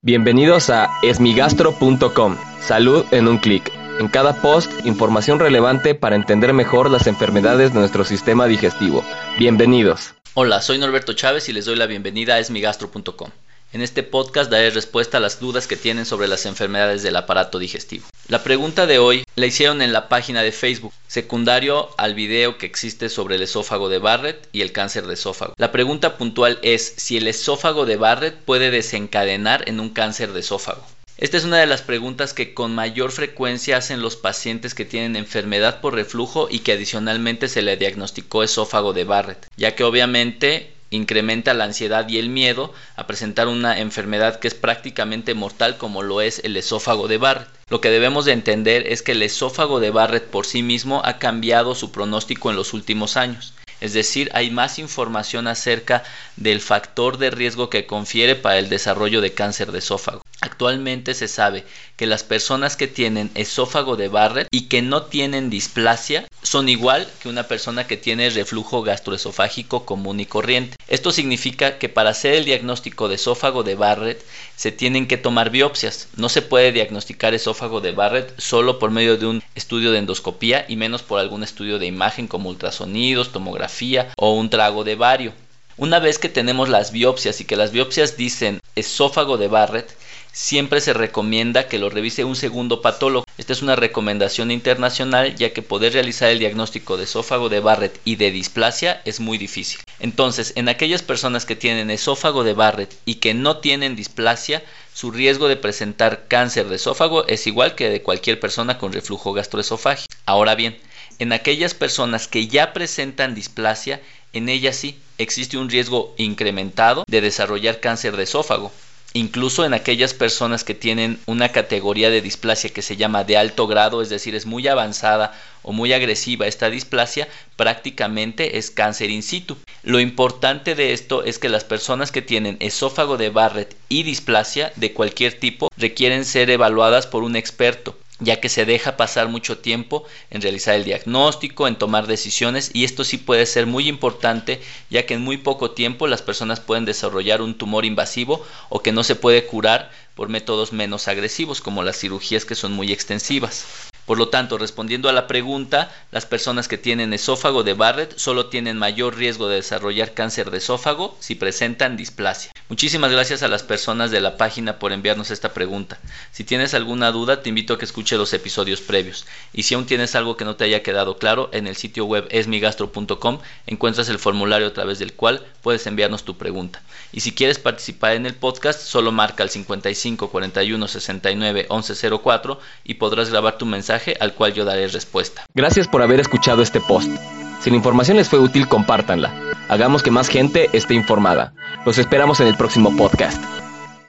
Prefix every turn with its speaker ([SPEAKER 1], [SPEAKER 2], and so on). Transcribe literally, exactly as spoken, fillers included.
[SPEAKER 1] Bienvenidos a esmigastro punto com. Salud en un clic. En cada post, información relevante para entender mejor las enfermedades de nuestro sistema digestivo. Bienvenidos.
[SPEAKER 2] Hola, soy Norberto Chávez y les doy la bienvenida a esmigastro punto com. En este podcast daré respuesta a las dudas que tienen sobre las enfermedades del aparato digestivo. La pregunta de hoy la hicieron en la página de Facebook, secundario al video que existe sobre el esófago de Barrett y el cáncer de esófago. La pregunta puntual es si el esófago de Barrett puede desencadenar en un cáncer de esófago. Esta es una de las preguntas que con mayor frecuencia hacen los pacientes que tienen enfermedad por reflujo y que adicionalmente se le diagnosticó esófago de Barrett, ya que obviamente incrementa la ansiedad y el miedo a presentar una enfermedad que es prácticamente mortal como lo es el esófago de Barrett. Lo que debemos de entender es que el esófago de Barrett por sí mismo ha cambiado su pronóstico en los últimos años. Es decir, hay más información acerca del factor de riesgo que confiere para el desarrollo de cáncer de esófago. Actualmente se sabe que las personas que tienen esófago de Barrett y que no tienen displasia son igual que una persona que tiene reflujo gastroesofágico común y corriente. Esto significa que para hacer el diagnóstico de esófago de Barrett se tienen que tomar biopsias. No se puede diagnosticar esófago de Barrett solo por medio de un estudio de endoscopía y menos por algún estudio de imagen como ultrasonidos, tomografía o un trago de bario. Una vez que tenemos las biopsias y que las biopsias dicen esófago de Barrett, siempre se recomienda que lo revise un segundo patólogo. Esta es una recomendación internacional, ya que poder realizar el diagnóstico de esófago de Barrett y de displasia es muy difícil. Entonces, en aquellas personas que tienen esófago de Barrett y que no tienen displasia, su riesgo de presentar cáncer de esófago es igual que de cualquier persona con reflujo gastroesofágico. Ahora bien, en aquellas personas que ya presentan displasia, en ellas sí existe un riesgo incrementado de desarrollar cáncer de esófago. Incluso en aquellas personas que tienen una categoría de displasia que se llama de alto grado, es decir, es muy avanzada o muy agresiva esta displasia, prácticamente es cáncer in situ. Lo importante de esto es que las personas que tienen esófago de Barrett y displasia de cualquier tipo requieren ser evaluadas por un experto, ya que se deja pasar mucho tiempo en realizar el diagnóstico, en tomar decisiones, y esto sí puede ser muy importante, ya que en muy poco tiempo las personas pueden desarrollar un tumor invasivo o que no se puede curar por métodos menos agresivos como las cirugías, que son muy extensivas. Por lo tanto, respondiendo a la pregunta, las personas que tienen esófago de Barrett solo tienen mayor riesgo de desarrollar cáncer de esófago si presentan displasia. Muchísimas gracias a las personas de la página por enviarnos esta pregunta. Si tienes alguna duda, te invito a que escuches los episodios previos. Y si aún tienes algo que no te haya quedado claro, en el sitio web esmigastro punto com encuentras el formulario a través del cual puedes enviarnos tu pregunta. Y si quieres participar en el podcast, solo marca el cincuenta y cinco, cuarenta y uno, sesenta y nueve, once, cero cuatro y podrás grabar tu mensaje al cual yo daré respuesta.
[SPEAKER 1] Gracias por haber escuchado este post. Si la información les fue útil, compártanla. Hagamos que más gente esté informada. Los esperamos en el próximo podcast.